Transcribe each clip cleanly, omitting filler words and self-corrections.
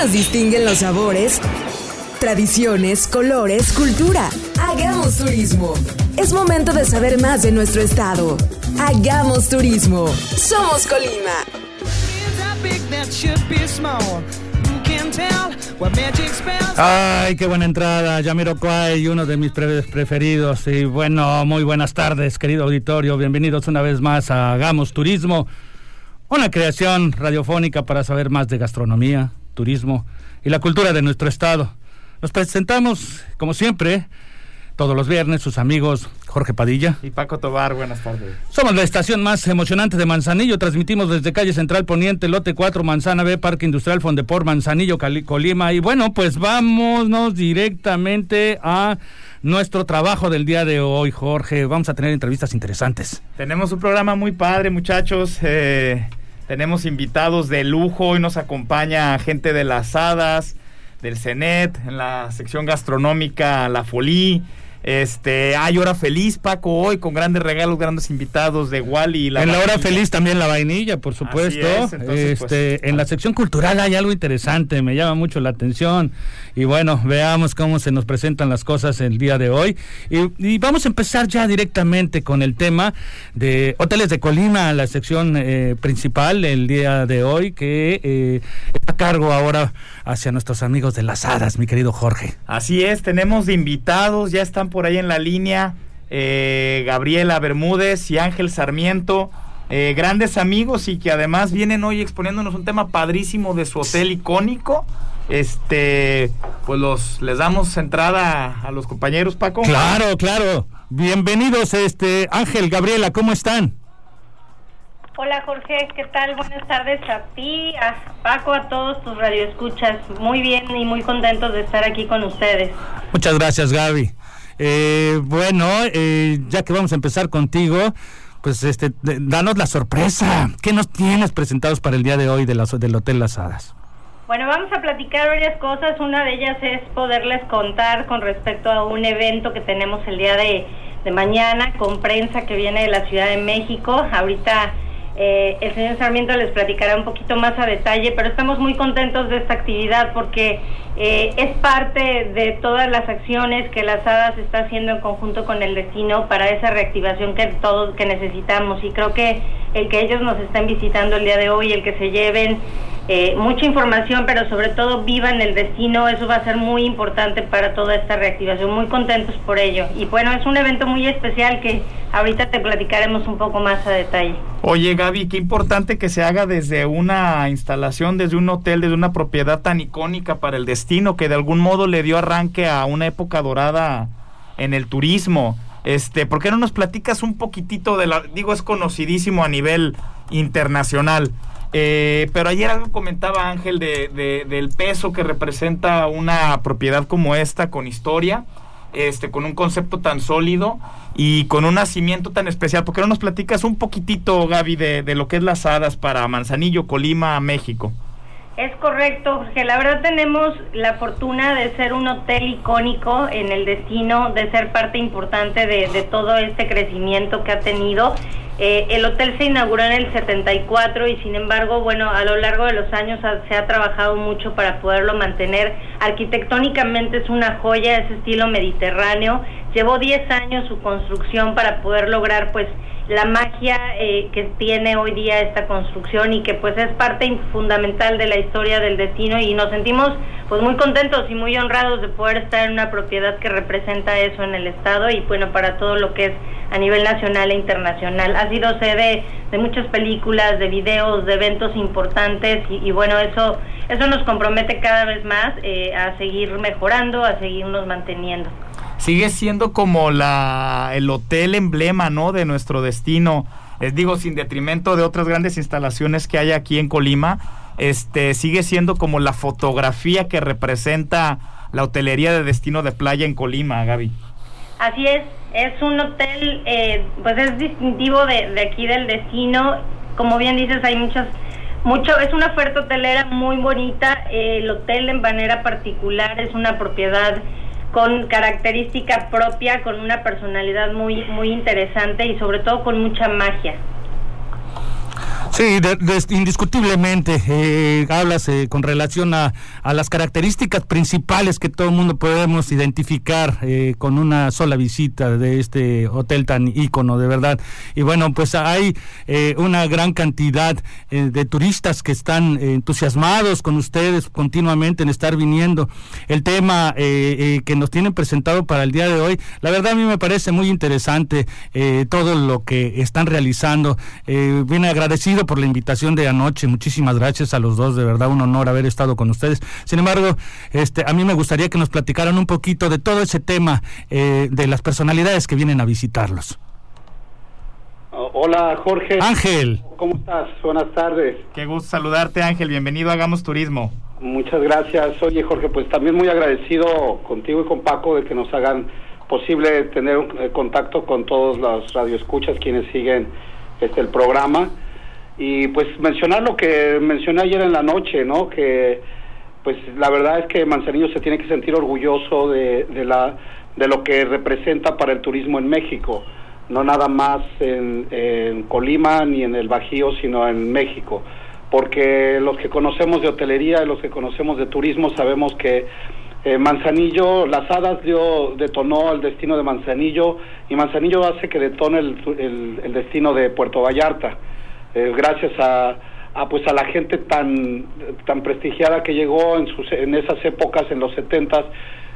nos distinguen los sabores, tradiciones, colores, cultura. Hagamos turismo. Es momento de saber más de nuestro estado. Hagamos turismo. Somos Colima. Ay, qué buena entrada, Jamiroquai, uno de mis preferidos. Y bueno, muy buenas tardes, querido auditorio. Bienvenidos una vez más a Hagamos Turismo, una creación radiofónica para saber más de gastronomía, turismo y la cultura de nuestro estado. Nos presentamos, como siempre, todos los viernes, sus amigos Jorge Padilla y Paco Tobar. Buenas tardes. Somos la estación más emocionante de Manzanillo. Transmitimos desde calle Central Poniente, lote 4, Manzana B, Parque Industrial Fondeport, Manzanillo, Colima. Y bueno, pues vámonos directamente a nuestro trabajo del día de hoy, Jorge. Vamos a tener entrevistas interesantes. Tenemos un programa muy padre, muchachos. Tenemos invitados de lujo. Hoy nos acompaña gente de las Hadas, del CENET, en la sección gastronómica La Folie. Hay Hora Feliz, Paco, hoy con grandes regalos, grandes invitados de Wally. En la Hora Feliz también la vainilla, por supuesto. Entonces, en la sección cultural hay algo interesante, me llama mucho la atención. Y bueno, veamos cómo se nos presentan las cosas el día de hoy. Y vamos a empezar ya directamente con el tema de Hoteles de Colima, la sección principal el día de hoy, que está a cargo ahora hacia nuestros amigos de las Hadas, mi querido Jorge. Así es, tenemos de invitados, ya están por ahí en la línea, Gabriela Bermúdez y Ángel Sarmiento, grandes amigos y que además vienen hoy exponiéndonos un tema padrísimo de su hotel icónico. Pues les damos entrada a los compañeros, Paco. Claro. Bienvenidos, Ángel, Gabriela, ¿cómo están? Hola Jorge, ¿qué tal? Buenas tardes a ti, a Paco, a todos tus radioescuchas. Muy bien y muy contentos de estar aquí con ustedes. Muchas gracias, Gaby. Ya que vamos a empezar contigo, pues danos la sorpresa. ¿Qué nos tienes presentados para el día de hoy del Hotel Las Hadas? Bueno, vamos a platicar varias cosas. Una de ellas es poderles contar con respecto a un evento que tenemos el día de mañana con prensa que viene de la Ciudad de México. Ahorita el señor Sarmiento les platicará un poquito más a detalle, pero estamos muy contentos de esta actividad porque es parte de todas las acciones que las Hadas está haciendo en conjunto con el destino para esa reactivación que todos que necesitamos. Y creo que el que ellos nos estén visitando el día de hoy, el que se lleven mucha información, pero sobre todo vivan el destino, eso va a ser muy importante para toda esta reactivación. Muy contentos por ello. Y bueno, es un evento muy especial que ahorita te platicaremos un poco más a detalle. Oye, Gaby, qué importante que se haga desde una instalación, desde un hotel, desde una propiedad tan icónica para el destino, que de algún modo le dio arranque a una época dorada en el turismo. ¿Por qué no nos platicas un poquitito es conocidísimo a nivel internacional? Pero ayer algo comentaba Ángel del peso que representa una propiedad como esta, con historia, con un concepto tan sólido y con un nacimiento tan especial. ¿Por qué no nos platicas un poquitito, Gaby, de lo que es Las Hadas para Manzanillo, Colima, México? Es correcto, Jorge. La verdad tenemos la fortuna de ser un hotel icónico en el destino, de ser parte importante de todo este crecimiento que ha tenido. El hotel se inauguró en el 74 y sin embargo, bueno, a lo largo de los años se ha trabajado mucho para poderlo mantener. Arquitectónicamente es una joya, es estilo mediterráneo. Llevó 10 años su construcción para poder lograr pues la magia que tiene hoy día esta construcción y que pues es parte fundamental de la historia del destino, y nos sentimos pues muy contentos y muy honrados de poder estar en una propiedad que representa eso en el estado y bueno, para todo lo que es a nivel nacional e internacional. Ha sido sede de muchas películas, de videos, de eventos importantes y bueno, eso nos compromete cada vez más a seguir mejorando, a seguirnos manteniendo. Sigue siendo como el hotel emblema, ¿no?, de nuestro destino. Sin detrimento de otras grandes instalaciones que hay aquí en Colima, sigue siendo como la fotografía que representa la hotelería de destino de playa en Colima, Gaby. Así es un hotel, pues es distintivo de aquí del destino. Como bien dices, hay es una oferta hotelera muy bonita. El hotel en manera particular es una propiedad con característica propia, con una personalidad muy, muy interesante y sobre todo con mucha magia. Sí, indiscutiblemente. Hablas con relación a las características principales que todo el mundo podemos identificar con una sola visita de este hotel tan ícono, de verdad. Y bueno, pues hay una gran cantidad de turistas que están entusiasmados con ustedes continuamente en estar viniendo. El tema que nos tienen presentado para el día de hoy, la verdad a mí me parece muy interesante todo lo que están realizando. Viene agradecido por la invitación de anoche. Muchísimas gracias a los dos, de verdad un honor haber estado con ustedes. Sin embargo, a mí me gustaría que nos platicaran un poquito de todo ese tema de las personalidades que vienen a visitarlos. Hola, Jorge. Ángel. ¿Cómo estás? Buenas tardes. Qué gusto saludarte, Ángel. Bienvenido a Hagamos Turismo. Muchas gracias. Oye, Jorge, pues también muy agradecido contigo y con Paco de que nos hagan posible tener un contacto con todos los radioescuchas quienes siguen el programa. Y pues mencionar lo que mencioné ayer en la noche, ¿no? Que pues la verdad es que Manzanillo se tiene que sentir orgulloso de lo que representa para el turismo en México, no nada más en Colima ni en el Bajío, sino en México, porque los que conocemos de hotelería y los que conocemos de turismo sabemos que Manzanillo, Las Hadas detonó el destino de Manzanillo, y Manzanillo hace que detone el destino de Puerto Vallarta. Gracias a la gente tan prestigiada que llegó en esas épocas, en los 70s,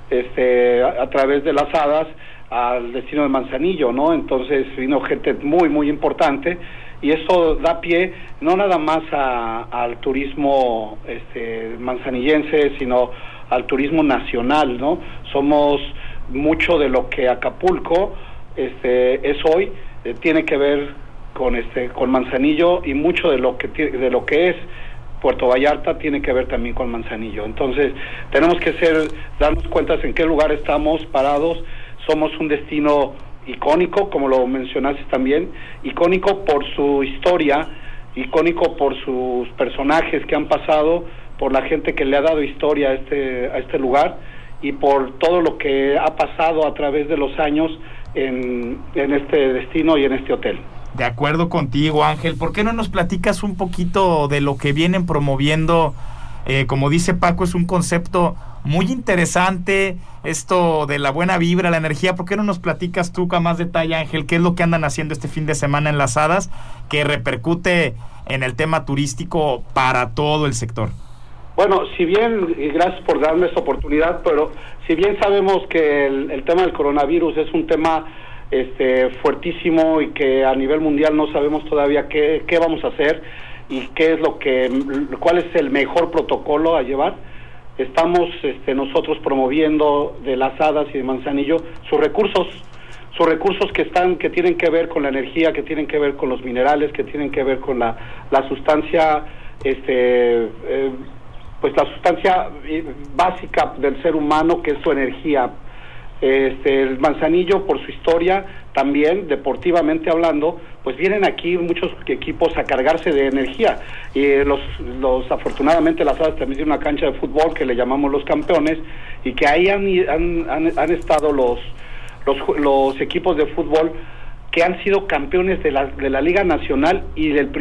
a través de Las Hadas al destino de Manzanillo, ¿no? Entonces vino gente muy muy importante, y eso da pie no nada más al turismo manzanillense, sino al turismo nacional, ¿no? Somos mucho de lo que Acapulco es hoy, tiene que ver con Manzanillo, y mucho de lo que es Puerto Vallarta tiene que ver también con Manzanillo. Entonces tenemos que darnos cuenta en qué lugar estamos parados. Somos un destino icónico, como lo mencionaste también, icónico por su historia, icónico por sus personajes que han pasado, por la gente que le ha dado historia a este lugar, y por todo lo que ha pasado a través de los años en este destino y en este hotel. De acuerdo contigo, Ángel. ¿Por qué no nos platicas un poquito de lo que vienen promoviendo? Como dice Paco, es un concepto muy interesante, esto de la buena vibra, la energía. ¿Por qué no nos platicas tú con más detalle, Ángel, qué es lo que andan haciendo este fin de semana en Las Hadas, que repercute en el tema turístico para todo el sector? Bueno, si bien, y gracias por darme esta oportunidad, pero si bien sabemos que el tema del coronavirus es un tema fuertísimo, y que a nivel mundial no sabemos todavía qué vamos a hacer y cuál es el mejor protocolo a llevar, estamos nosotros promoviendo de Las Hadas y de Manzanillo sus recursos que tienen que ver con la energía, que tienen que ver con los minerales, que tienen que ver con la sustancia pues la sustancia básica del ser humano, que es su energía. El Manzanillo, por su historia, también deportivamente hablando, pues vienen aquí muchos equipos a cargarse de energía, y afortunadamente Las Hadas también tiene una cancha de fútbol que le llamamos Los Campeones, y que ahí han estado los equipos de fútbol que han sido campeones de la Liga Nacional y el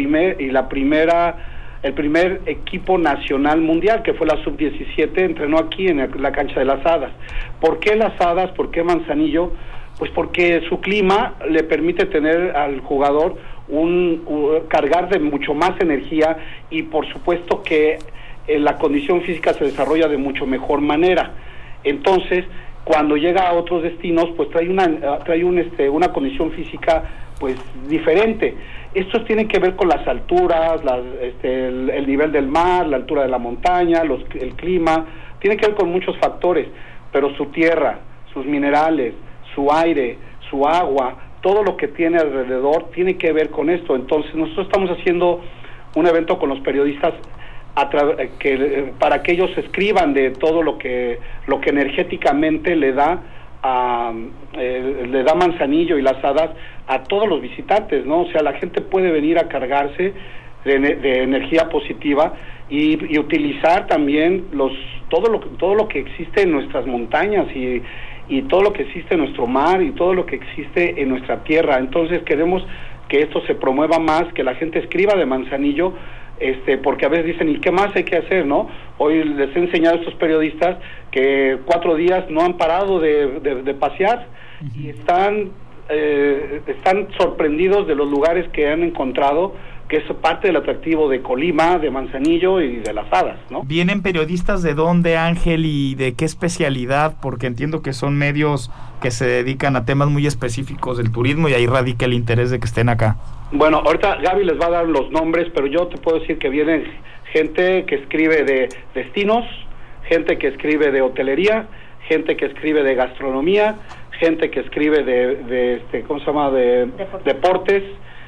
primer equipo nacional mundial, que fue la Sub-17, entrenó aquí en la cancha de Las Hadas. ¿Por qué Las Hadas? ¿Por qué Manzanillo? Pues porque su clima le permite tener al jugador cargar de mucho más energía, y por supuesto que la condición física se desarrolla de mucho mejor manera. Entonces, cuando llega a otros destinos, pues trae una condición física pues diferente. Esto tiene que ver con las alturas, el nivel del mar, la altura de la montaña, el clima, tiene que ver con muchos factores, pero su tierra, sus minerales, su aire, su agua, todo lo que tiene alrededor tiene que ver con esto. Entonces nosotros estamos haciendo un evento con los periodistas para que ellos escriban de todo lo que energéticamente le da Manzanillo y Las Hadas a todos los visitantes, ¿no? O sea, la gente puede venir a cargarse de energía positiva y utilizar también todo lo que existe en nuestras montañas y todo lo que existe en nuestro mar y todo lo que existe en nuestra tierra. Entonces queremos que esto se promueva más, que la gente escriba de Manzanillo, porque a veces dicen, ¿y qué más hay que hacer, no? Hoy les he enseñado a estos periodistas que 4 días no han parado de pasear y están sorprendidos de los lugares que han encontrado, que es parte del atractivo de Colima, de Manzanillo y de Las Hadas, ¿no? ¿Vienen periodistas de dónde, Ángel, y de qué especialidad? Porque entiendo que son medios que se dedican a temas muy específicos del turismo y ahí radica el interés de que estén acá. Bueno, ahorita Gaby les va a dar los nombres, pero yo te puedo decir que vienen gente que escribe de destinos, gente que escribe de hotelería, gente que escribe de gastronomía, gente que escribe de ¿cómo se llama? De deportes.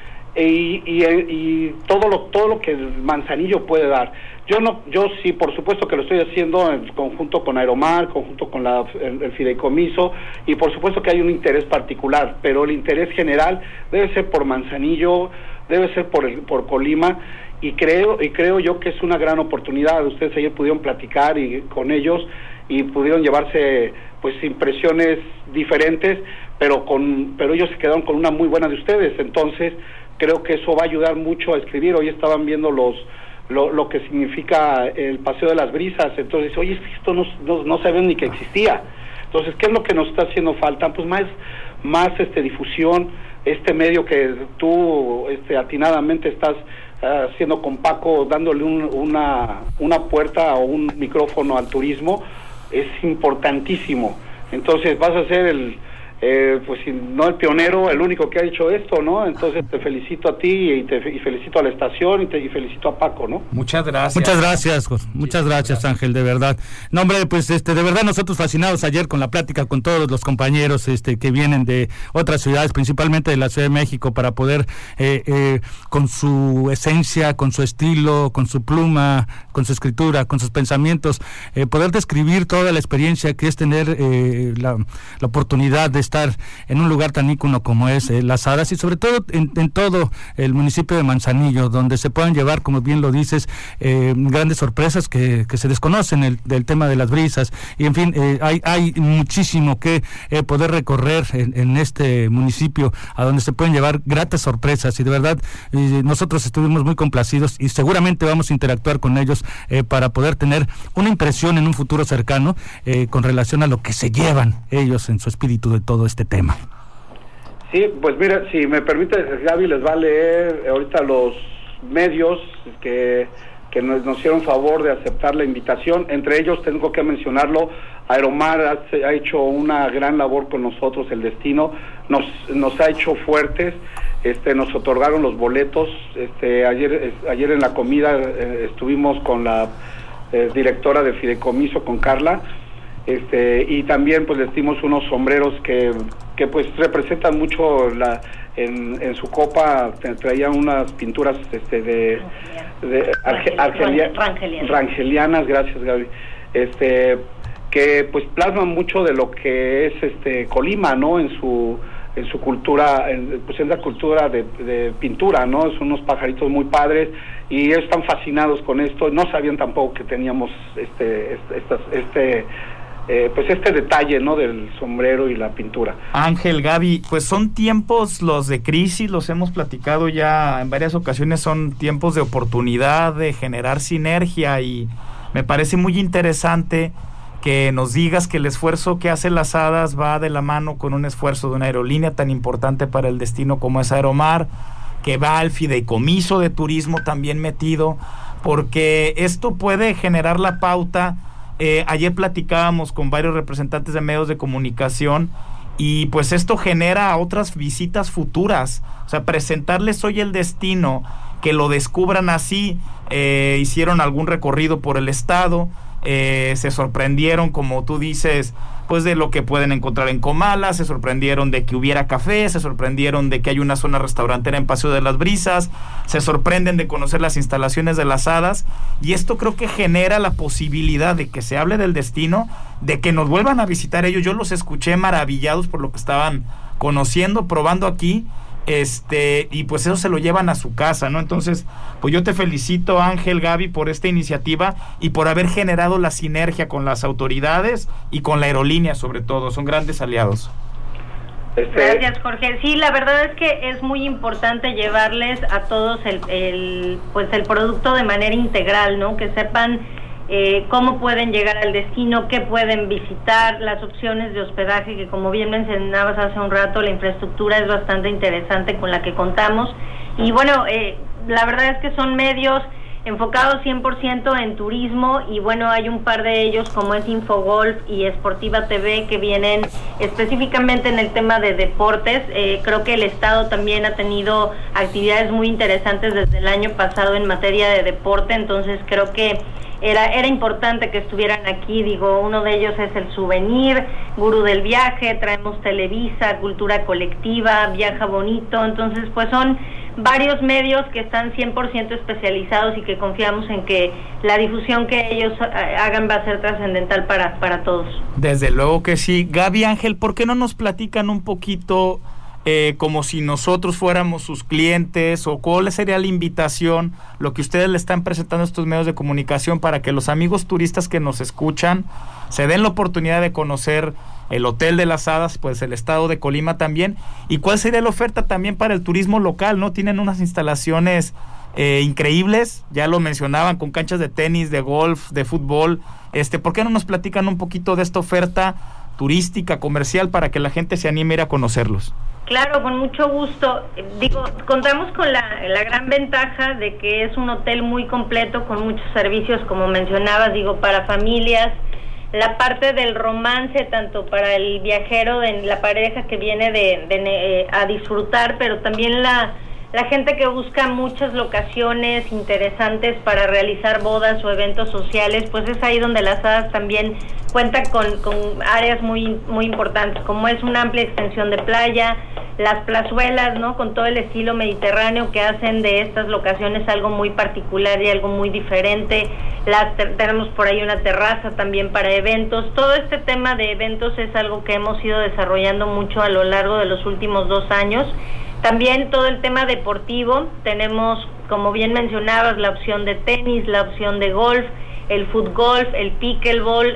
Y todo lo que el Manzanillo puede dar. Yo sí, por supuesto que lo estoy haciendo en conjunto con Aeromar, conjunto con el fideicomiso, y por supuesto que hay un interés particular, pero el interés general debe ser por Manzanillo, debe ser por Colima, y creo yo que es una gran oportunidad. Ustedes ayer pudieron platicar con ellos y pudieron llevarse pues impresiones diferentes, pero ellos se quedaron con una muy buena de ustedes. Entonces creo que eso va a ayudar mucho a escribir. Hoy estaban viendo lo que significa el Paseo de las Brisas, entonces, oye, esto no sabían ni que existía. Entonces, ¿qué es lo que nos está haciendo falta? Pues más difusión, este medio que tú atinadamente estás haciendo con Paco, dándole una puerta o un micrófono al turismo, es importantísimo. Entonces vas a ser pues si no el pionero, el único que ha hecho esto, ¿no? Entonces te felicito a ti y felicito a la estación y felicito a Paco, ¿no? Muchas gracias. Muchas gracias, Ángel, de verdad. No, hombre, pues de verdad nosotros fascinados ayer con la plática con todos los compañeros que vienen de otras ciudades, principalmente de la Ciudad de México, para poder con su esencia, con su estilo, con su pluma, con su escritura, con sus pensamientos, poder describir toda la experiencia que es tener la oportunidad de estar en un lugar tan ícono como es Las Hadas, y sobre todo en todo el municipio de Manzanillo, donde se puedan llevar, como bien lo dices, grandes sorpresas que se desconocen del tema de las brisas, y en fin, hay muchísimo que poder recorrer en este municipio, a donde se pueden llevar gratas sorpresas, y de verdad nosotros estuvimos muy complacidos y seguramente vamos a interactuar con ellos para poder tener una impresión en un futuro cercano con relación a lo que se llevan ellos en su espíritu de todo este tema. Sí, pues mira, si me permite, Gaby les va a leer ahorita los medios que nos hicieron favor de aceptar la invitación. Entre ellos tengo que mencionarlo, Aeromar ha hecho una gran labor con nosotros, el destino nos ha hecho fuertes, nos otorgaron los boletos, ayer en la comida estuvimos con la directora de fideicomiso, con Carla, y también pues les dimos unos sombreros que pues representan mucho en su copa. Traían unas pinturas rangelianas, gracias Gaby, que pues plasman mucho de lo que es Colima, ¿no? En su cultura, pues en la cultura de pintura, ¿no? Son unos pajaritos muy padres y ellos están fascinados con esto. No sabían tampoco que teníamos pues este detalle, ¿no? Del sombrero y la pintura. Ángel, Gaby, pues son tiempos los de crisis, los hemos platicado ya en varias ocasiones, son tiempos de oportunidad, de generar sinergia, y me parece muy interesante que nos digas que el esfuerzo que hace Las Hadas va de la mano con un esfuerzo de una aerolínea tan importante para el destino como es Aeromar, que va al fideicomiso de turismo también metido, porque esto puede generar la pauta. Ayer platicábamos con varios representantes de medios de comunicación y pues esto genera otras visitas futuras, o sea, presentarles hoy el destino, que lo descubran así. Hicieron algún recorrido por el estado, se sorprendieron, como tú dices, pues de lo que pueden encontrar en Comala, se sorprendieron de que hubiera café, se sorprendieron de que hay una zona restaurantera en Paseo de las Brisas, se sorprenden de conocer las instalaciones de Las Hadas, y esto creo que genera la posibilidad de que se hable del destino, de que nos vuelvan a visitar ellos. Yo los escuché maravillados por lo que estaban conociendo, probando aquí, y pues eso se lo llevan a su casa, ¿no? Entonces, pues yo te felicito, Ángel, Gaby, por esta iniciativa y por haber generado la sinergia con las autoridades y con la aerolínea, sobre todo. Son grandes aliados. Gracias, Jorge. Sí, la verdad es que es muy importante llevarles a todos el producto de manera integral, ¿no? Que sepan cómo pueden llegar al destino, qué pueden visitar, las opciones de hospedaje, que como bien mencionabas hace un rato, la infraestructura es bastante interesante con la que contamos. Y bueno, la verdad es que son medios enfocados 100% en turismo, y bueno, hay un par de ellos como es Infogolf y Sportiva TV que vienen específicamente en el tema de deportes. Creo que el Estado también ha tenido actividades muy interesantes desde el año pasado en materia de deporte, entonces creo que era importante que estuvieran aquí. Digo, uno de ellos es el Souvenir, Gurú del Viaje, traemos Televisa, Cultura Colectiva, Viaja Bonito, entonces pues son varios medios que están 100% especializados y que confiamos en que la difusión que ellos hagan va a ser trascendental para todos. Desde luego que sí. Gaby, Ángel, ¿por qué no nos platican un poquito como si nosotros fuéramos sus clientes, o cuál sería la invitación, lo que ustedes le están presentando a estos medios de comunicación para que los amigos turistas que nos escuchan se den la oportunidad de conocer el Hotel de las Hadas, pues el estado de Colima también, y cuál sería la oferta también para el turismo local, ¿no? Tienen unas instalaciones increíbles, ya lo mencionaban, con canchas de tenis, de golf, de fútbol. ¿Por qué no nos platican un poquito de esta oferta turística, comercial, para que la gente se anime a ir a conocerlos? Claro, con mucho gusto. Contamos con la gran ventaja de que es un hotel muy completo, con muchos servicios, como mencionabas, para familias. La parte del romance, tanto para el viajero, la pareja que viene a disfrutar, pero también la gente que busca muchas locaciones interesantes para realizar bodas o eventos sociales, pues es ahí donde Las Hadas también cuenta con áreas muy, muy importantes, como es una amplia extensión de playa, las plazuelas, ¿no? Con todo el estilo mediterráneo que hacen de estas locaciones algo muy particular y algo muy diferente. Tenemos por ahí una terraza también para eventos. Todo este tema de eventos es algo que hemos ido desarrollando mucho a lo largo de los últimos 2 años. También todo el tema deportivo, tenemos, como bien mencionabas, la opción de tenis, la opción de golf, el fútbol, el pickleball,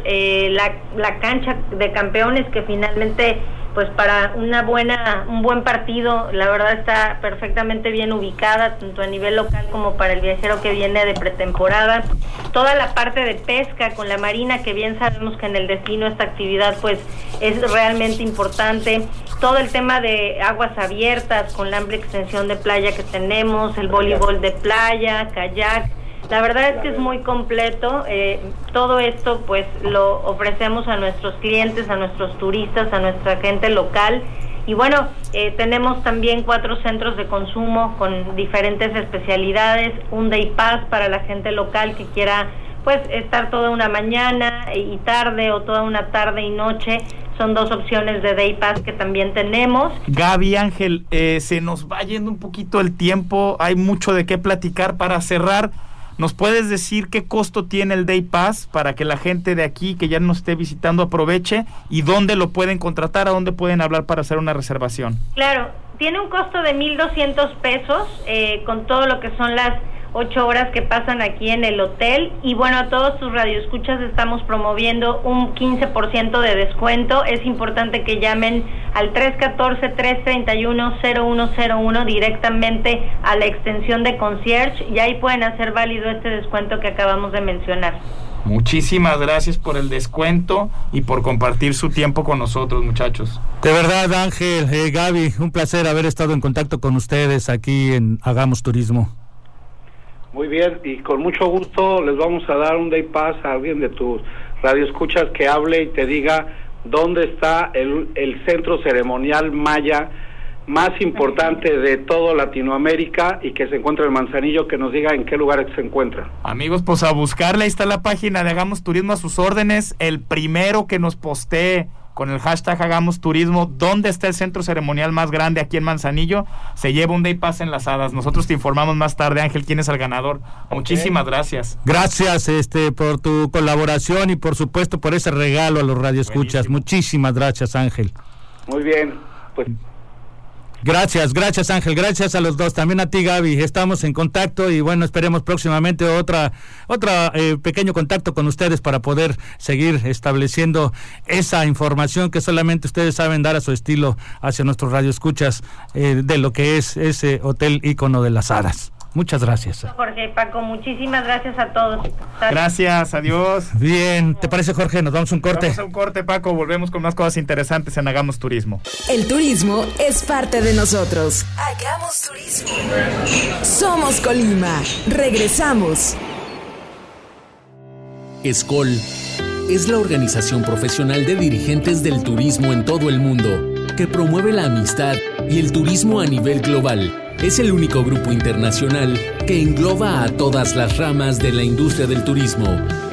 la cancha de campeones, que finalmente, pues para un buen partido, la verdad está perfectamente bien ubicada, tanto a nivel local como para el viajero que viene de pretemporada. Toda la parte de pesca con la marina, que bien sabemos que en el destino esta actividad pues es realmente importante. Todo el tema de aguas abiertas con la amplia extensión de playa que tenemos, el voleibol de playa, kayak. La verdad es que es muy completo. Todo esto pues lo ofrecemos a nuestros clientes, a nuestros turistas, a nuestra gente local. Y bueno, tenemos también 4 centros de consumo con diferentes especialidades, un day pass para la gente local que quiera pues estar toda una mañana y tarde, o toda una tarde y noche. Son 2 opciones de day pass que también tenemos. Gaby, Ángel, se nos va yendo un poquito el tiempo, hay mucho de qué platicar. Para cerrar, ¿nos puedes decir qué costo tiene el Day Pass para que la gente de aquí que ya nos esté visitando aproveche, y dónde lo pueden contratar, a dónde pueden hablar para hacer una reservación? Claro, tiene un costo de 1,200 pesos con todo lo que son las 8 horas que pasan aquí en el hotel. Y bueno, a todos tus radioescuchas estamos promoviendo un 15% de descuento. Es importante que llamen al 314-331-0101 directamente a la extensión de concierge, y ahí pueden hacer válido este descuento que acabamos de mencionar. Muchísimas gracias por el descuento y por compartir su tiempo con nosotros, muchachos. De verdad, Ángel, Gaby, un placer haber estado en contacto con ustedes aquí en Hagamos Turismo. Muy bien, y con mucho gusto les vamos a dar un Day Pass a alguien de tus radioescuchas que hable y te diga dónde está el centro ceremonial maya más importante de toda Latinoamérica y que se encuentra en Manzanillo, que nos diga en qué lugar se encuentra. Amigos, pues a buscarle, ahí está la página de Hagamos Turismo a sus órdenes. El primero que nos postee con el hashtag Hagamos Turismo, ¿dónde está el centro ceremonial más grande aquí en Manzanillo?, se lleva un Day Pass en Las Hadas. Nosotros te informamos más tarde, Ángel, quién es el ganador. Okay. Muchísimas gracias. Gracias por tu colaboración y por supuesto por ese regalo a los radioescuchas. Buenísimo. Muchísimas gracias, Ángel. Muy bien, pues Gracias Ángel, gracias a los dos, también a ti Gaby, estamos en contacto y bueno, esperemos próximamente otra pequeño contacto con ustedes para poder seguir estableciendo esa información que solamente ustedes saben dar a su estilo hacia nuestros radioescuchas de lo que es ese hotel ícono de las Aras. Muchas gracias. Jorge y Paco, muchísimas gracias a todos. Gracias, adiós. Bien, ¿te parece, Jorge? Nos vamos a un corte. Vamos a un corte, Paco, volvemos con más cosas interesantes en Hagamos Turismo. El turismo es parte de nosotros. Hagamos Turismo. Somos Colima. Regresamos. Escol es la organización profesional de dirigentes del turismo en todo el mundo, que promueve la amistad y el turismo a nivel global. Es el único grupo internacional que engloba a todas las ramas de la industria del turismo.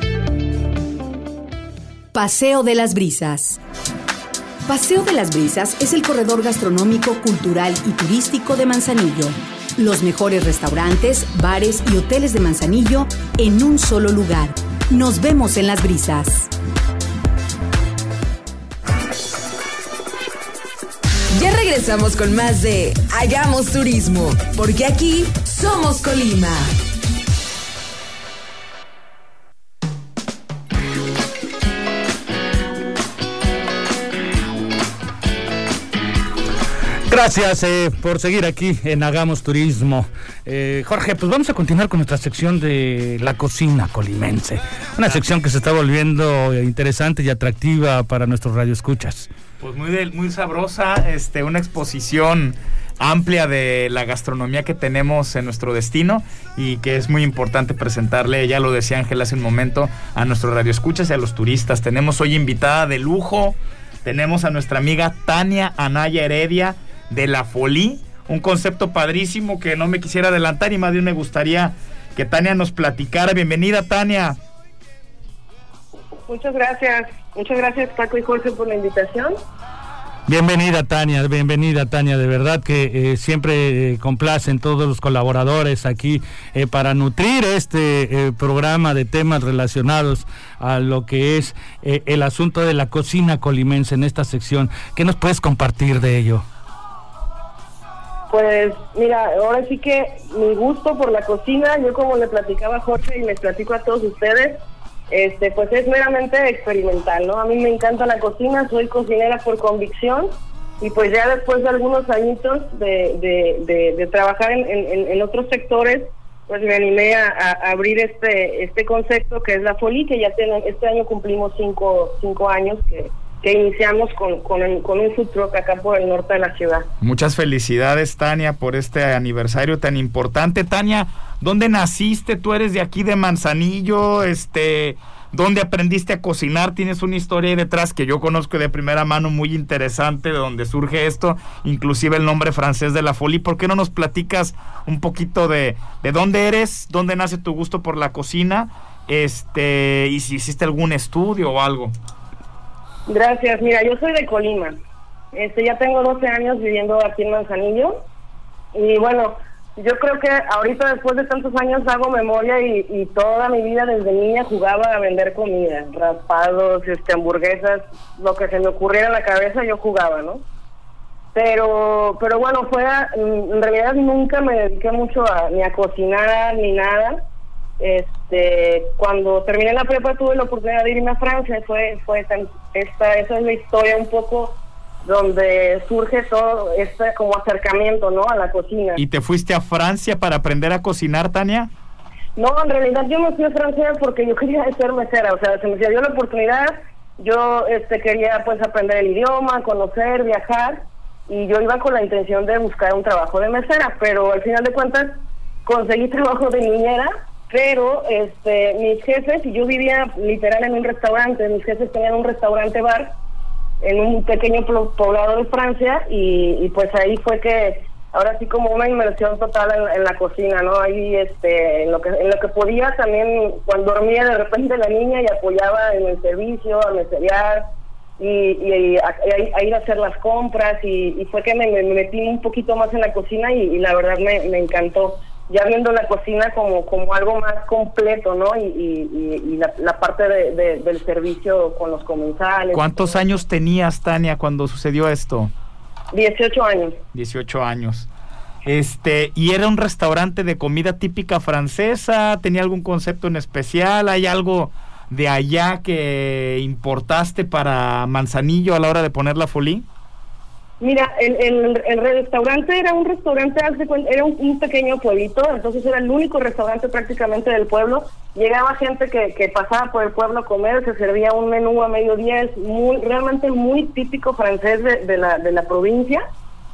Paseo de las Brisas. Paseo de las Brisas es el corredor gastronómico, cultural y turístico de Manzanillo. Los mejores restaurantes, bares y hoteles de Manzanillo en un solo lugar. Nos vemos en Las Brisas. Ya regresamos con más de Hagamos Turismo, porque aquí somos Colima. Gracias por seguir aquí en Hagamos Turismo. Jorge, pues vamos a continuar con nuestra sección de la cocina colimense. Una sección que se está volviendo interesante y atractiva para nuestros radioescuchas. Pues muy sabrosa, una exposición amplia de la gastronomía que tenemos en nuestro destino y que es muy importante presentarle, ya lo decía Ángel hace un momento, a nuestros radioescuchas y a los turistas. Tenemos hoy invitada de lujo, tenemos a nuestra amiga Tania Anaya Heredia de La Folie, un concepto padrísimo que no me quisiera adelantar y más bien me gustaría que Tania nos platicara. Bienvenida, Tania. Muchas gracias Paco y Jorge por la invitación. Bienvenida Tania, de verdad que siempre complacen todos los colaboradores aquí para nutrir este programa de temas relacionados a lo que es el asunto de la cocina colimense en esta sección. ¿Qué nos puedes compartir de ello? Pues mira, ahora sí que mi gusto por la cocina, yo como le platicaba a Jorge y les platico a todos ustedes, pues es meramente experimental, ¿no? A mí me encanta la cocina, soy cocinera por convicción y pues ya después de algunos añitos de trabajar en otros sectores, pues me animé a abrir este concepto que es La Folie, que ya este año cumplimos 5 años que iniciamos con un food truck acá por el norte de la ciudad. Muchas felicidades, Tania, por este aniversario tan importante. Tania, ¿dónde naciste? Tú eres de aquí de Manzanillo, ¿dónde aprendiste a cocinar? Tienes una historia ahí detrás que yo conozco de primera mano muy interesante, de donde surge esto, inclusive el nombre francés de La Folie. ¿Por qué no nos platicas un poquito de dónde eres, dónde nace tu gusto por la cocina, y si hiciste algún estudio o algo? Gracias, mira, yo soy de Colima, ya tengo 12 años viviendo aquí en Manzanillo y bueno, yo creo que ahorita después de tantos años hago memoria y toda mi vida desde niña jugaba a vender comida, raspados, hamburguesas, lo que se me ocurriera en la cabeza yo jugaba, ¿no? Pero bueno, en realidad nunca me dediqué mucho ni a cocinar ni nada. Cuando terminé la prepa tuve la oportunidad de irme a Francia, esa es la historia un poco donde surge todo como acercamiento, ¿no?, a la cocina. ¿Y te fuiste a Francia para aprender a cocinar, Tania? No, en realidad yo me fui a Francia porque yo quería ser mesera, o sea, se me dio la oportunidad, yo quería pues aprender el idioma, conocer, viajar, y yo iba con la intención de buscar un trabajo de mesera, pero al final de cuentas conseguí trabajo de niñera. Pero mis jefes, y yo vivía literal en un restaurante, mis jefes tenían un restaurante bar en un pequeño poblado de Francia y pues ahí fue que ahora sí como una inmersión total en la cocina, ¿no? Ahí en lo que podía también, cuando dormía de repente la niña y apoyaba en el servicio, a meserear y a ir a hacer las compras y fue que me metí un poquito más en la cocina y la verdad me encantó. Ya viendo la cocina como algo más completo, ¿no? Y la parte del servicio con los comensales. ¿Cuántos años tenías, Tania, cuando sucedió esto? 18 años. 18 años. ¿Y era un restaurante de comida típica francesa? ¿Tenía algún concepto en especial? ¿Hay algo de allá que importaste para Manzanillo a la hora de poner la folie? Mira, el restaurante era un restaurante, era un pequeño pueblito, entonces era el único restaurante prácticamente del pueblo. Llegaba gente que pasaba por el pueblo a comer, se servía un menú a mediodía, es realmente muy típico francés de la provincia.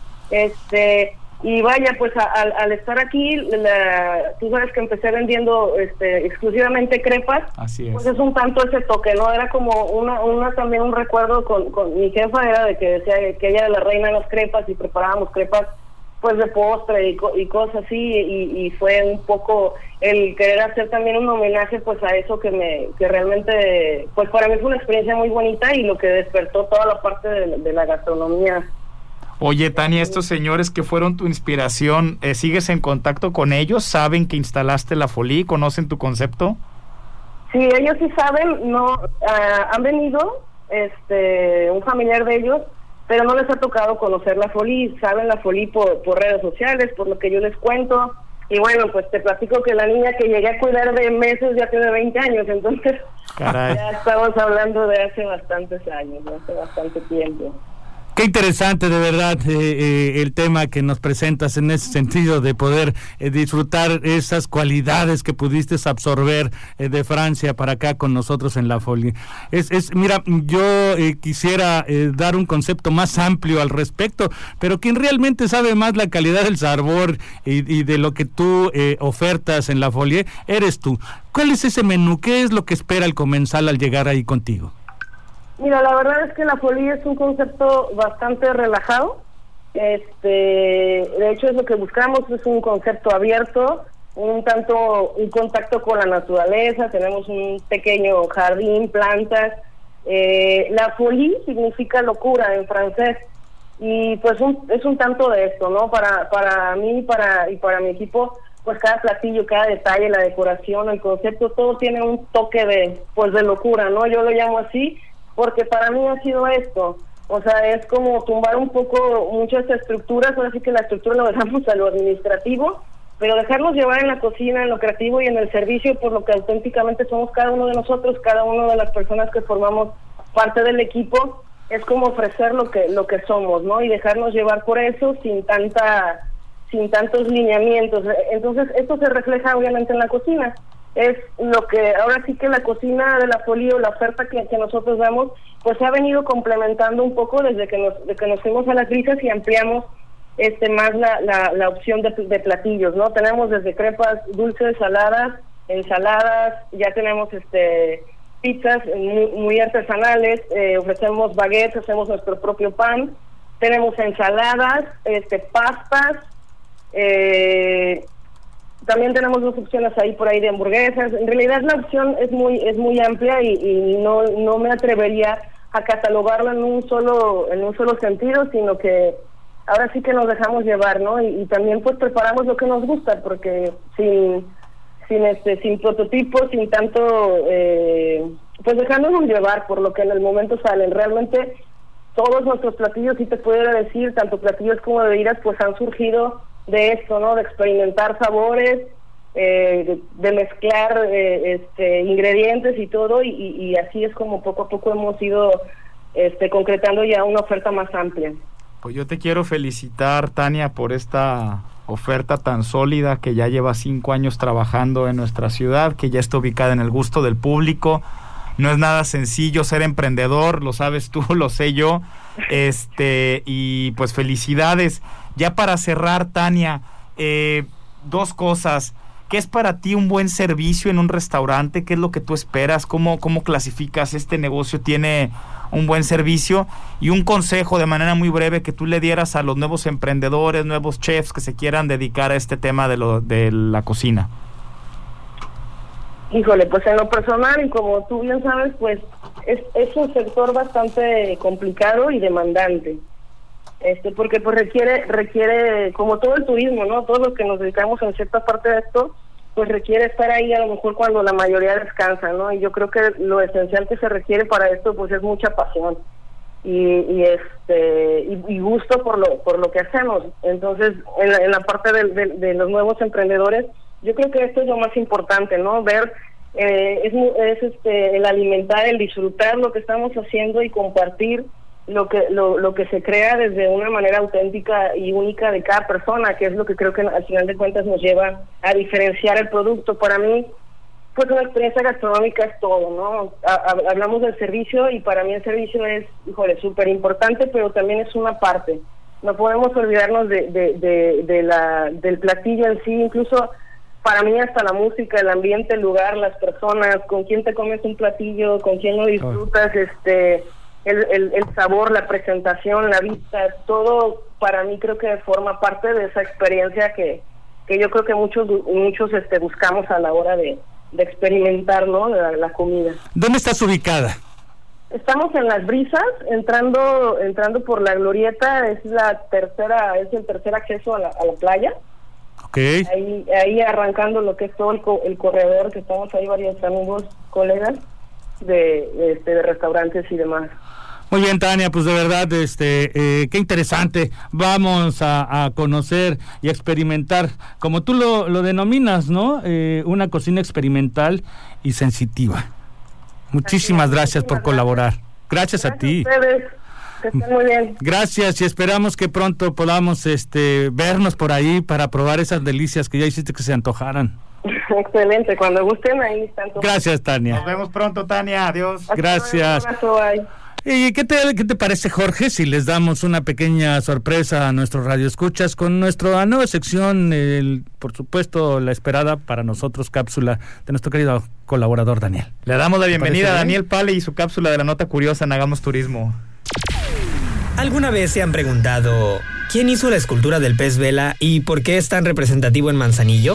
Y vaya, pues al estar aquí, tú sabes que empecé vendiendo exclusivamente crepas. Así es. Pues es un tanto ese toque, ¿no? Era como también un recuerdo con mi jefa, era de que decía que ella era la reina de las crepas y preparábamos crepas pues de postre y cosas así, y fue un poco el querer hacer también un homenaje pues a eso que realmente, pues para mí fue una experiencia muy bonita y lo que despertó toda la parte de la gastronomía. Oye, Tania, estos señores que fueron tu inspiración, ¿sigues en contacto con ellos? ¿Saben que instalaste la folie? ¿Conocen tu concepto? Sí, ellos sí saben, han venido, un familiar de ellos, pero no les ha tocado conocer la folie. Saben la folie por redes sociales, por lo que yo les cuento, y bueno, pues te platico que la niña que llegué a cuidar de meses ya tiene 20 años, entonces Caray. Ya estamos hablando de hace bastantes años, hace bastante tiempo. Qué interesante, de verdad, el tema que nos presentas en ese sentido de poder disfrutar esas cualidades que pudiste absorber de Francia para acá con nosotros en la folie. Mira, yo quisiera dar un concepto más amplio al respecto, pero quien realmente sabe más la calidad del sabor y de lo que tú ofertas en la folie, eres tú. ¿Cuál es ese menú? ¿Qué es lo que espera el comensal al llegar ahí contigo? Mira, la verdad es que la folie es un concepto bastante relajado. De hecho es lo que buscamos, es un concepto abierto, un contacto con la naturaleza. Tenemos un pequeño jardín, plantas. La folie significa locura en francés, y pues es un tanto de esto, ¿no? Para mí y para mi equipo, pues cada platillo, cada detalle, la decoración, el concepto, todo tiene un toque de locura, ¿no? Yo lo llamo así porque para mí ha sido esto, o sea, es como tumbar un poco muchas estructuras. Ahora sí que la estructura lo dejamos a lo administrativo, pero dejarnos llevar en la cocina, en lo creativo y en el servicio, por lo que auténticamente somos cada uno de nosotros, cada una de las personas que formamos parte del equipo, es como ofrecer lo que somos, ¿no? Y dejarnos llevar por eso sin tantos lineamientos. Entonces esto se refleja obviamente en la cocina. Es lo que ahora sí que la cocina de la folie, o la oferta que nosotros damos, pues se ha venido complementando un poco desde que nos fuimos a las brisas y ampliamos más la opción de platillos, ¿no? Tenemos desde crepas dulces, saladas, ensaladas, ya tenemos pizzas muy artesanales, ofrecemos baguettes, hacemos nuestro propio pan, tenemos ensaladas, pastas, también tenemos dos opciones ahí por ahí de hamburguesas. En realidad la opción es muy amplia y no me atrevería a catalogarlo en un solo sentido, sino que ahora sí que nos dejamos llevar, ¿no? Y también pues preparamos lo que nos gusta, porque sin prototipos, sin tanto pues dejándonos llevar por lo que en el momento salen. Realmente todos nuestros platillos, sí te pudiera decir, tanto platillos como bebidas, pues han surgido de esto, ¿no? De experimentar sabores, de mezclar ingredientes y todo, y así es como poco a poco hemos ido concretando ya una oferta más amplia. Pues yo te quiero felicitar, Tania, por esta oferta tan sólida que ya lleva 5 años trabajando en nuestra ciudad, que ya está ubicada en el gusto del público. No es nada sencillo ser emprendedor, lo sabes tú, lo sé yo, y pues felicidades. Ya para cerrar, Tania, 2 cosas. ¿Qué es para ti un buen servicio en un restaurante? ¿Qué es lo que tú esperas? ¿Cómo clasificas este negocio? ¿Tiene un buen servicio? Y un consejo de manera muy breve que tú le dieras a los nuevos emprendedores, nuevos chefs que se quieran dedicar a este tema de la cocina. Híjole, pues en lo personal, y como tú bien sabes, pues es un sector bastante complicado y demandante. Porque pues requiere, como todo el turismo, ¿no? Todos los que nos dedicamos en cierta parte de esto, pues requiere estar ahí a lo mejor cuando la mayoría descansa, ¿no? Y yo creo que lo esencial que se requiere para esto, pues es mucha pasión. y gusto por lo que hacemos. Entonces, en la parte de los nuevos emprendedores, yo creo que esto es lo más importante, ¿no? Ver el alimentar, el disfrutar lo que estamos haciendo y compartir lo que se crea desde una manera auténtica y única de cada persona, que es lo que creo que al final de cuentas nos lleva a diferenciar el producto. Para mí, pues una experiencia gastronómica es todo, ¿no? Hablamos del servicio y para mí el servicio es, híjole, súper importante, pero también es una parte. No podemos olvidarnos del platillo en sí, incluso para mí hasta la música, el ambiente, el lugar, las personas, con quién te comes un platillo, con quién lo disfrutas, el sabor, la presentación, la vista, todo para mí creo que forma parte de esa experiencia que yo creo que muchos buscamos a la hora de experimentar, ¿no? La comida. ¿Dónde estás ubicada? Estamos en Las Brisas, entrando por la glorieta, es el tercer acceso a la playa. Okay. Ahí arrancando lo que es todo el corredor, que estamos ahí varios amigos, colegas de restaurantes y demás. Muy bien, Tania, pues de verdad, qué interesante. Vamos a conocer y a experimentar, como tú lo denominas, ¿no? Una cocina experimental y sensitiva. Muchísimas gracias por colaborar. Gracias a ti. A ustedes. Que estén muy bien. Gracias, y esperamos que pronto podamos vernos por ahí para probar esas delicias que ya hiciste que se antojaran. Excelente, cuando gusten ahí están todos. Gracias, Tania. Nos vemos pronto, Tania. Adiós. Gracias. ¿Y qué te parece, Jorge, si les damos una pequeña sorpresa a nuestros radioescuchas con nuestra nueva sección, por supuesto, la esperada para nosotros, cápsula de nuestro querido colaborador Daniel? Le damos la bienvenida a Daniel Pale y su cápsula de la nota curiosa en Hagamos Turismo. ¿Alguna vez se han preguntado quién hizo la escultura del pez vela y por qué es tan representativo en Manzanillo?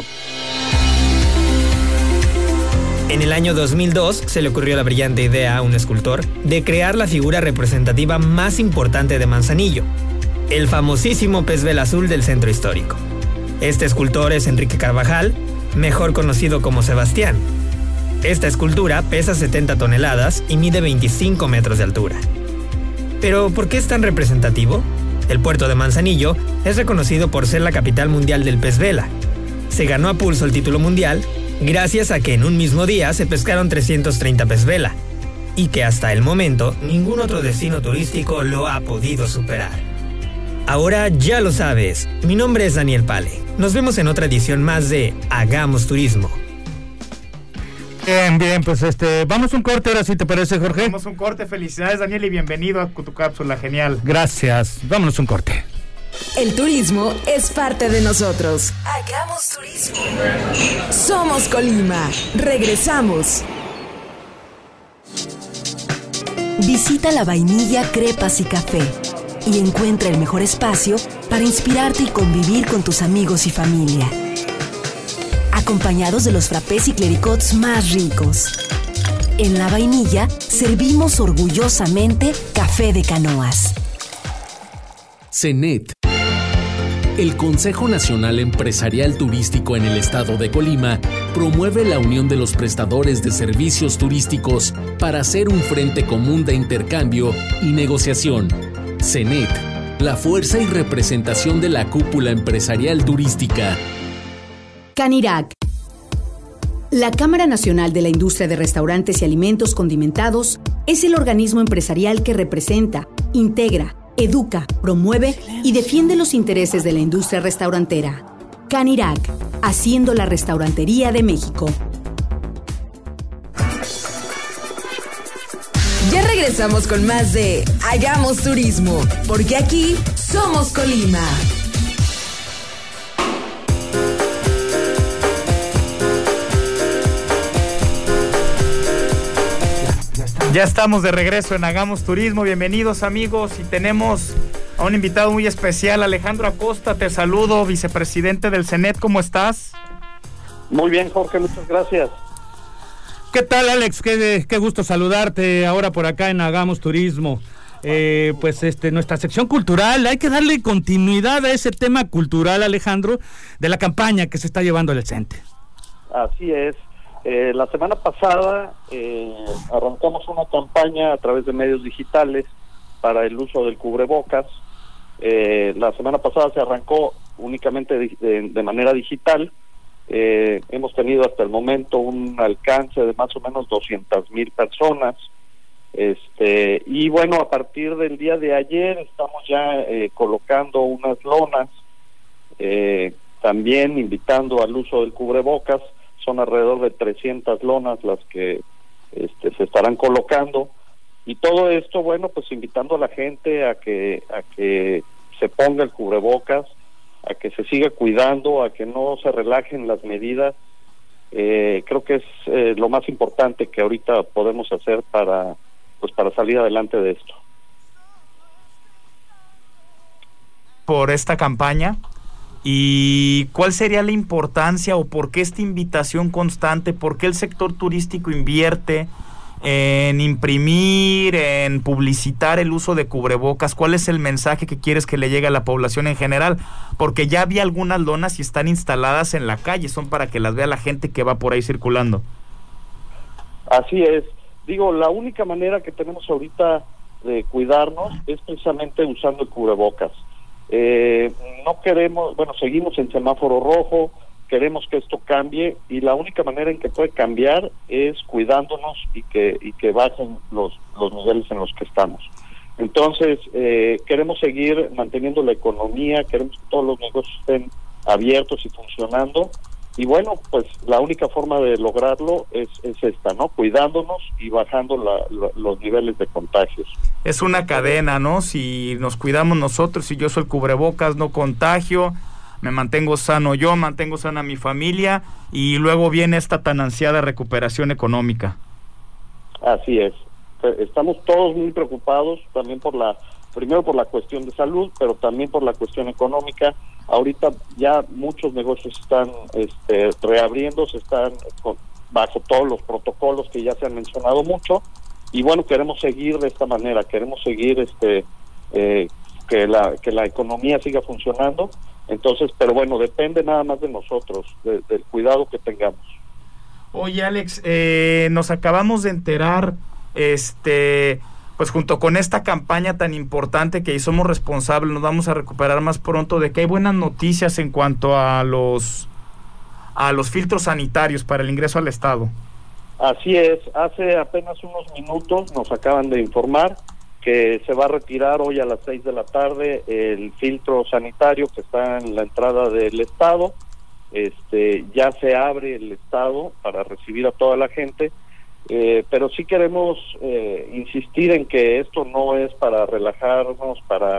En el año 2002 se le ocurrió la brillante idea a un escultor de crear la figura representativa más importante de Manzanillo, el famosísimo pez vela azul del centro histórico. Este escultor es Enrique Carvajal, mejor conocido como Sebastián. Esta escultura pesa 70 toneladas y mide 25 metros de altura. ¿Pero por qué es tan representativo? El puerto de Manzanillo es reconocido por ser la capital mundial del pez vela. Se ganó a pulso el título mundial gracias a que en un mismo día se pescaron 330 pez vela, y que hasta el momento ningún otro destino turístico lo ha podido superar. Ahora ya lo sabes, mi nombre es Daniel Pale. Nos vemos en otra edición más de Hagamos Turismo. Bien, pues vamos un corte ahora, si te parece, Jorge. Vamos un corte, felicidades, Daniel, y bienvenido a tu cápsula, genial. Gracias, vámonos un corte. El turismo es parte de nosotros. Hagamos Turismo. Somos Colima. Regresamos. Visita La Vainilla Crepas y Café y encuentra el mejor espacio para inspirarte y convivir con tus amigos y familia, acompañados de los frappés y clericots más ricos. En La Vainilla servimos orgullosamente café de canoas. CENET. El Consejo Nacional Empresarial Turístico en el estado de Colima promueve la unión de los prestadores de servicios turísticos para hacer un frente común de intercambio y negociación. CENET, la fuerza y representación de la cúpula empresarial turística. Canirac. La Cámara Nacional de la Industria de Restaurantes y Alimentos Condimentados es el organismo empresarial que representa, integra, educa, promueve y defiende los intereses de la industria restaurantera. Canirac, haciendo la restaurantería de México. Ya regresamos con más de Hagamos Turismo, porque aquí somos Colima. Ya estamos de regreso en Hagamos Turismo. Bienvenidos, amigos, y tenemos a un invitado muy especial, Alejandro Acosta. Te saludo, vicepresidente del CENET. ¿Cómo estás? Muy bien, Jorge, muchas gracias. ¿Qué tal, Alex? Qué gusto saludarte ahora por acá en Hagamos Turismo. Nuestra sección cultural, hay que darle continuidad a ese tema cultural, Alejandro, de la campaña que se está llevando el CENTE. Así es. La semana pasada arrancamos una campaña a través de medios digitales para el uso del cubrebocas. La semana pasada se arrancó únicamente de manera digital. Hemos tenido hasta el momento un alcance de más o menos 200,000 personas. Y bueno, a partir del día de ayer estamos ya colocando unas lonas, también invitando al uso del cubrebocas. Son alrededor de 300 lonas las que se estarán colocando, y todo esto, bueno, pues invitando a la gente a que se ponga el cubrebocas, a que se siga cuidando, a que no se relajen las medidas. Creo que es lo más importante que ahorita podemos hacer para salir adelante de esto. Por esta campaña, ¿y cuál sería la importancia o por qué esta invitación constante? ¿Por qué el sector turístico invierte en imprimir, en publicitar el uso de cubrebocas? ¿Cuál es el mensaje que quieres que le llegue a la población en general? Porque ya vi algunas lonas y están instaladas en la calle, son para que las vea la gente que va por ahí circulando. Así es. Digo, la única manera que tenemos ahorita de cuidarnos es precisamente usando el cubrebocas. No queremos, bueno, seguimos en semáforo rojo, queremos que esto cambie, y la única manera en que puede cambiar es cuidándonos y que bajen los niveles en los que estamos. Entonces, queremos seguir manteniendo la economía, queremos que todos los negocios estén abiertos y funcionando, y bueno, pues la única forma de lograrlo es esta, ¿no? Cuidándonos y bajando los niveles de contagios. Es una cadena, ¿no? Si nos cuidamos nosotros, si yo soy el cubrebocas, no contagio, me mantengo sano yo, mantengo sana mi familia, y luego viene esta tan ansiada recuperación económica. Así es. Estamos todos muy preocupados también primero por la cuestión de salud, pero también por la cuestión económica. Ahorita ya muchos negocios están reabriendo, están bajo todos los protocolos que ya se han mencionado mucho, y bueno, queremos seguir de esta manera, queremos seguir que la economía siga funcionando. Entonces, pero bueno, depende nada más de nosotros, del cuidado que tengamos. Oye, Alex, nos acabamos de enterar, pues junto con esta campaña tan importante que somos responsables, nos vamos a recuperar más pronto, de que hay buenas noticias en cuanto a los filtros sanitarios para el ingreso al estado. Así es, hace apenas unos minutos nos acaban de informar que se va a retirar hoy a las 6 de la tarde el filtro sanitario que está en la entrada del estado. Ya se abre el estado para recibir a toda la gente, pero sí queremos insistir en que esto no es para relajarnos, para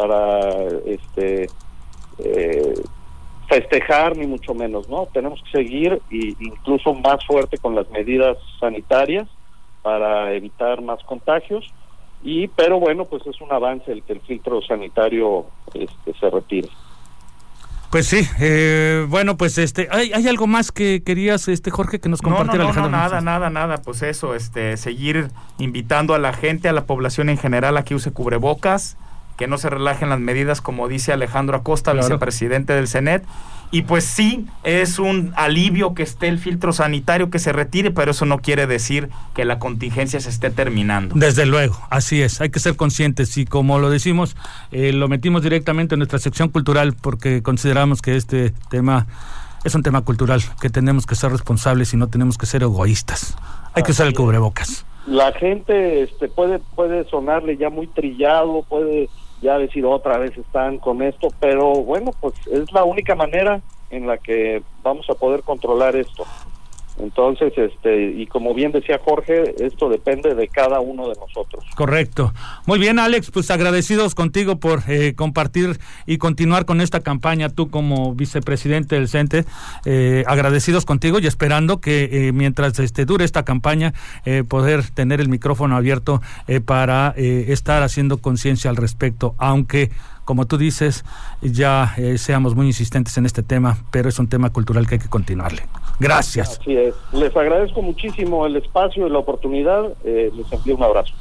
festejar, ni mucho menos, ¿no? Tenemos que seguir incluso más fuerte con las medidas sanitarias para evitar más contagios. Pero bueno, pues es un avance el que el filtro sanitario se retire. Pues sí, bueno, pues ¿hay algo más que querías, Jorge, que nos compartiera? Alejandro? Nada, pues eso, seguir invitando a la gente, a la población en general, a que use cubrebocas, que no se relajen las medidas, como dice Alejandro Acosta, claro, vicepresidente del CENET. Y pues sí, es un alivio que esté el filtro sanitario, que se retire, pero eso no quiere decir que la contingencia se esté terminando. Desde luego, así es, hay que ser conscientes, y como lo decimos, lo metimos directamente en nuestra sección cultural, porque consideramos que este tema es un tema cultural, que tenemos que ser responsables y no tenemos que ser egoístas. Hay que usar el cubrebocas. La gente puede sonarle ya muy trillado, puede ya decir otra vez están con esto, pero bueno, pues es la única manera en la que vamos a poder controlar esto. Entonces, y como bien decía Jorge, esto depende de cada uno de nosotros. Correcto. Muy bien, Alex, pues agradecidos contigo por compartir y continuar con esta campaña, tú como vicepresidente del CENTE, agradecidos contigo y esperando que mientras dure esta campaña, poder tener el micrófono abierto para estar haciendo conciencia al respecto, aunque como tú dices, ya seamos muy insistentes en este tema, pero es un tema cultural que hay que continuarle. Gracias. Así es. Les agradezco muchísimo el espacio y la oportunidad. Les envío un abrazo.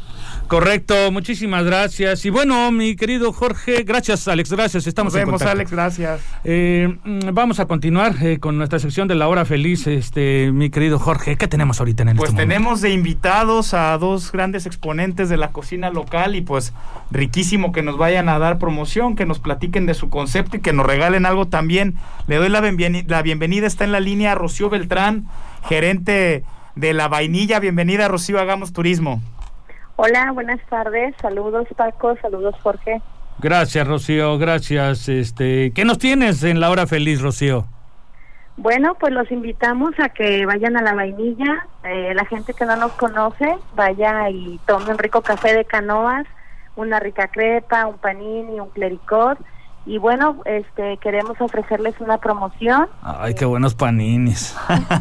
Correcto, muchísimas gracias. Y bueno, mi querido Jorge, gracias Alex, gracias, estamos en contacto. Alex, gracias. Vamos a continuar con nuestra sección de la hora feliz, mi querido Jorge. ¿Qué tenemos ahorita en el Pues tenemos de invitados a dos grandes exponentes de la cocina local y pues riquísimo que nos vayan a dar promoción, que nos platiquen de su concepto y que nos regalen algo también. Le doy la bienvenida, está en la línea Rocío Beltrán, gerente de La Vainilla. Bienvenida, Rocío, Hagamos Turismo. Hola, buenas tardes. Saludos, Paco. Saludos, Jorge. Gracias, Rocío. Gracias. ¿Qué nos tienes en la hora feliz, Rocío? Bueno, pues los invitamos a que vayan a La Vainilla. La gente que no nos conoce, vaya y tome un rico café de Canoas, una rica crepa, un panini, un clericot. Y bueno, queremos ofrecerles una promoción. Ay, qué buenos paninis.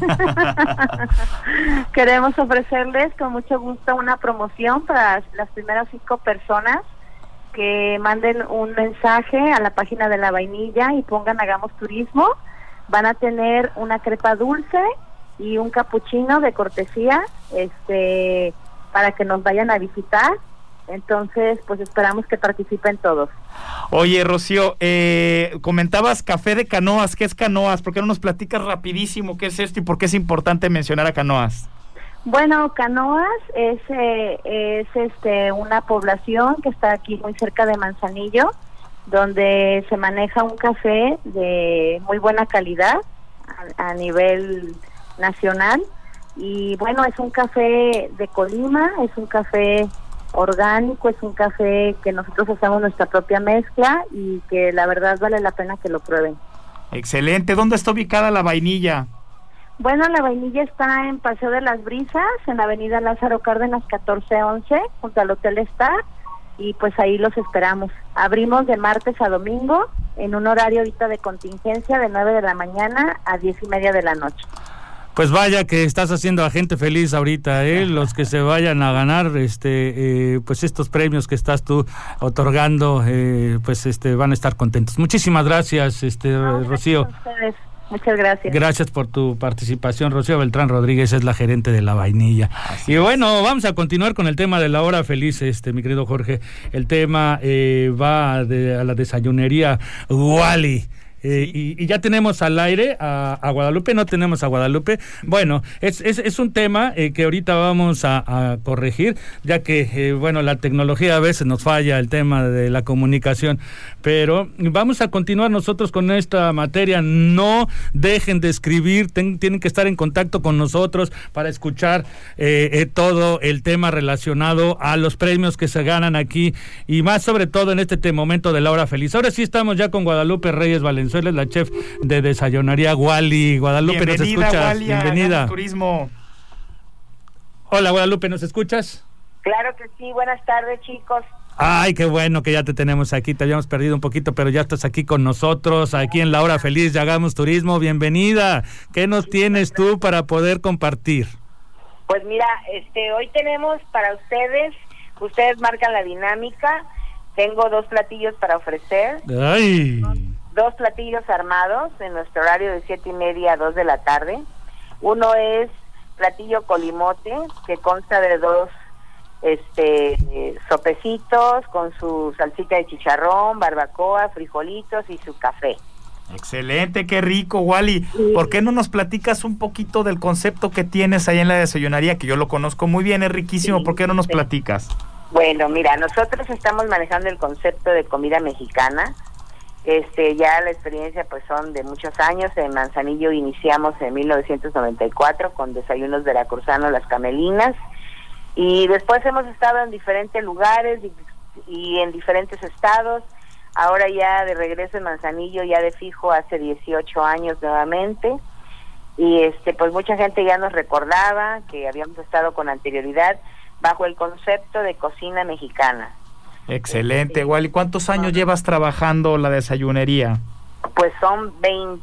Queremos ofrecerles con mucho gusto una promoción para las primeras 5 personas que manden un mensaje a la página de La Vainilla y pongan Hagamos Turismo. Van a tener una crepa dulce y un capuchino de cortesía, para que nos vayan a visitar. Entonces, pues esperamos que participen todos. Oye, Rocío, comentabas café de Canoas. ¿Qué es Canoas? ¿Por qué no nos platicas rapidísimo qué es esto y por qué es importante mencionar a Canoas? Bueno, Canoas es una población que está aquí muy cerca de Manzanillo, donde se maneja un café de muy buena calidad a nivel nacional. Y bueno, es un café de Colima, es un café orgánico, es un café que nosotros hacemos nuestra propia mezcla y que la verdad vale la pena que lo prueben. Excelente. ¿Dónde está ubicada La Vainilla? Bueno, La Vainilla está en Paseo de las Brisas, en la avenida Lázaro Cárdenas 1411, junto al Hotel Star, y pues ahí los esperamos. Abrimos de martes a domingo en un horario ahorita de contingencia de 9 de la mañana a 10:30 de la noche. Pues vaya que estás haciendo a gente feliz ahorita, los que se vayan a ganar pues estos premios que estás tú otorgando, van a estar contentos. Muchísimas gracias, Rocío. Gracias. Muchas gracias. Gracias por tu participación. Rocío Beltrán Rodríguez es la gerente de La Vainilla. Así y bueno, vamos a continuar con el tema de la hora feliz, mi querido Jorge. El tema va a la desayunería Wally. Y ya tenemos al aire a Guadalupe. No tenemos a Guadalupe. Bueno, es un tema que ahorita vamos a corregir, ya que la tecnología a veces nos falla, el tema de la comunicación, pero vamos a continuar nosotros con esta materia. No dejen de escribir, tienen que estar en contacto con nosotros para escuchar todo el tema relacionado a los premios que se ganan aquí y más sobre todo en este momento de la hora feliz. Ahora sí estamos ya con Guadalupe Reyes Valenzuela, es la chef de desayunaría Wally. Guadalupe, ¿nos escuchas? Wally, bienvenida. Turismo. Hola, Guadalupe, ¿nos escuchas? Claro que sí, buenas tardes, chicos. Ay, qué bueno que ya te tenemos aquí, te habíamos perdido un poquito, pero ya estás aquí con nosotros, aquí en la hora feliz de Hagamos Turismo. Bienvenida. ¿Qué nos tienes tú para poder compartir? Pues mira, hoy tenemos para ustedes marcan la dinámica. Tengo 2 platillos para ofrecer. ¡Ay! 2 platillos armados en nuestro horario de 7:30 a 2 de la tarde. Uno es platillo colimote, que consta de 2 sopecitos con su salsita de chicharrón, barbacoa, frijolitos y su café. Excelente, qué rico, Wally. Sí. ¿Por qué no nos platicas un poquito del concepto que tienes ahí en la desayunaría, que yo lo conozco muy bien, es riquísimo? Sí, ¿por qué no nos platicas? Bueno, mira, nosotros estamos manejando el concepto de comida mexicana. Ya la experiencia pues son de muchos años. En Manzanillo iniciamos en 1994 con desayunos veracruzanos, Las Camelinas, y después hemos estado en diferentes lugares y en diferentes estados. Ahora ya de regreso en Manzanillo, ya de fijo hace 18 años nuevamente, y pues mucha gente ya nos recordaba que habíamos estado con anterioridad bajo el concepto de cocina mexicana. Excelente, Wally. ¿Cuántos años llevas trabajando la desayunería? Pues son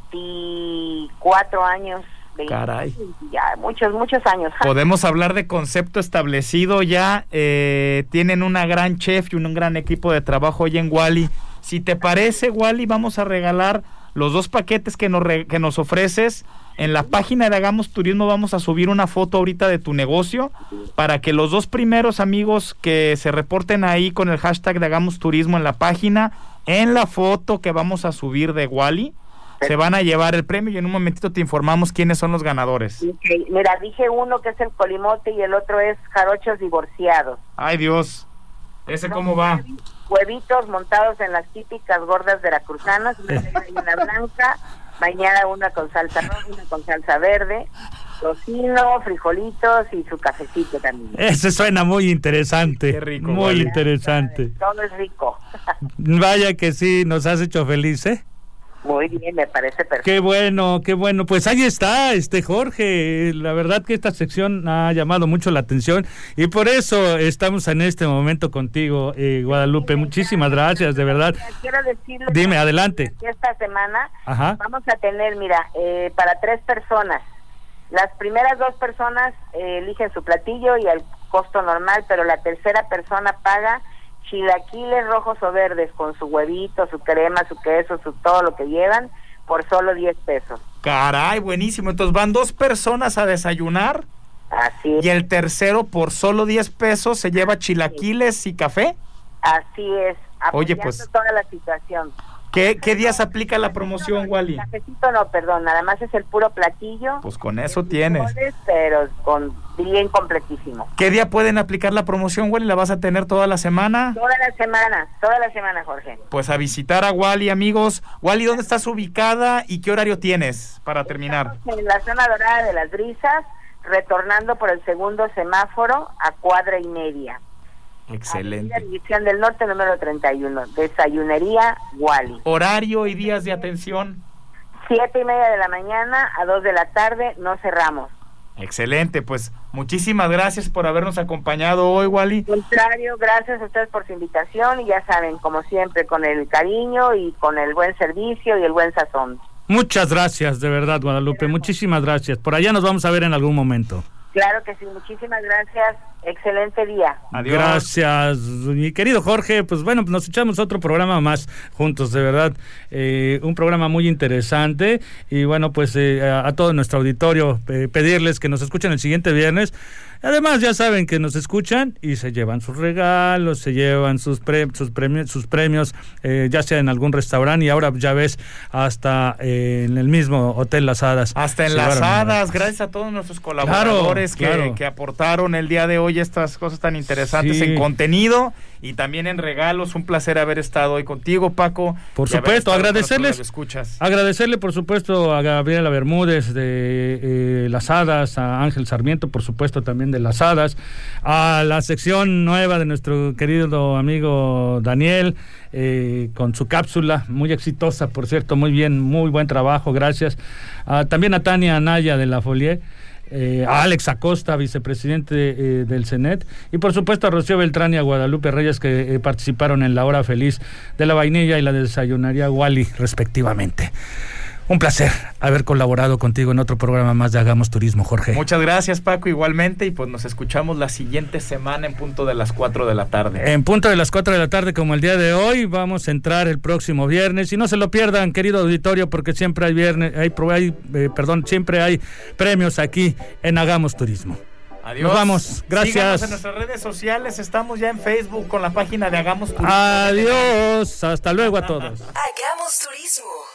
24 años. Caray. Ya, muchos años. Podemos hablar de concepto establecido ya. Tienen una gran chef y un gran equipo de trabajo hoy en Wally. Si te parece, Wally, vamos a regalar los 2 paquetes que nos ofreces. En la página de Hagamos Turismo vamos a subir una foto ahorita de tu negocio para que los 2 primeros amigos que se reporten ahí con el hashtag de Hagamos Turismo en la página, en la foto que vamos a subir de Wally, se van a llevar el premio y en un momentito te informamos quiénes son los ganadores. Okay. Mira, dije uno que es el colimote y el otro es jarochos divorciados. Ay, Dios. ¿Ese cómo va? Huevitos montados en las típicas gordas veracruzanas, una negra y una blanca, bañada una con salsa roja, una con salsa verde, tocino, frijolitos y su cafecito también. Ese suena muy interesante. Qué rico. Muy Wally. interesante. Todo es rico. Vaya que sí, nos has hecho feliz, ¿eh? Muy bien, me parece perfecto. Qué bueno, qué bueno. Pues ahí está, Jorge. La verdad que esta sección ha llamado mucho la atención y por eso estamos en este momento contigo, Guadalupe. Muchísimas gracias, de verdad. Quiero decirles, dime, adelante. Que esta semana vamos a tener, mira, para 3 personas. Las primeras 2 personas eligen su platillo y al costo normal, pero la tercera persona paga chilaquiles rojos o verdes con su huevito, su crema, su queso, todo lo que llevan, por solo 10 pesos. Caray, buenísimo. Entonces van 2 personas a desayunar. Así es. Y el tercero por solo 10 pesos se lleva chilaquiles y café. Así es. Oye, pues toda la situación. ¿Qué días aplica la promoción, Wally? Cafecito no, perdón, nada más es el puro platillo. Pues con eso tienes. Pero bien completísimo. ¿Qué día pueden aplicar la promoción, Wally? ¿La vas a tener toda la semana? Toda la semana, Jorge. Pues a visitar a Wally, amigos. Wally, ¿dónde estás ubicada y qué horario tienes para terminar? Estamos en la zona dorada de Las Brisas, retornando por el segundo semáforo a 1.5 cuadras. Excelente. Avenida División del Norte, número 31. Desayunería Wally. Horario y días de atención. 7:30 de la mañana a 2 de la tarde, no cerramos. Excelente, pues muchísimas gracias por habernos acompañado hoy, Wally. Al contrario, gracias a ustedes por su invitación y ya saben, como siempre, con el cariño y con el buen servicio y el buen sazón. Muchas gracias, de verdad, Guadalupe, muchísimas gracias. Por allá nos vamos a ver en algún momento. Claro que sí, muchísimas gracias. Excelente día. Adiós. Gracias, mi querido Jorge. Pues bueno, nos echamos otro programa más juntos, de verdad. Un programa muy interesante. Y bueno, pues a todo nuestro auditorio, pedirles que nos escuchen el siguiente viernes. Además, ya saben que nos escuchan y se llevan sus regalos, se llevan sus premios, ya sea en algún restaurante y ahora ya ves hasta en el mismo Hotel Las Hadas. Hasta en Las Hadas, gracias a todos nuestros colaboradores que aportaron el día de hoy estas cosas tan interesantes en contenido y también en regalos. Un placer haber estado hoy contigo, Paco. Por supuesto, agradecerle por supuesto a Gabriela Bermúdez de Las Hadas, a Ángel Sarmiento, por supuesto también de Las Hadas, a la sección nueva de nuestro querido amigo Daniel, con su cápsula, muy exitosa, por cierto, muy bien, muy buen trabajo, gracias. También a Tania Anaya de La Folie, a Alex Acosta, vicepresidente del CENET, y por supuesto a Rocío Beltrán y a Guadalupe Reyes, que participaron en la hora feliz de la vainilla y la desayunaría Wally, respectivamente. Un placer haber colaborado contigo en otro programa más de Hagamos Turismo, Jorge. Muchas gracias, Paco, igualmente, y pues nos escuchamos la siguiente semana en punto de las 4 de la tarde. En punto de las 4 de la tarde, como el día de hoy, vamos a entrar el próximo viernes, y no se lo pierdan, querido auditorio, porque siempre siempre hay premios aquí en Hagamos Turismo. Adiós. Nos vamos, gracias. Síganos en nuestras redes sociales, estamos ya en Facebook con la página de Hagamos Turismo. Adiós, hasta luego a todos. Hagamos Turismo.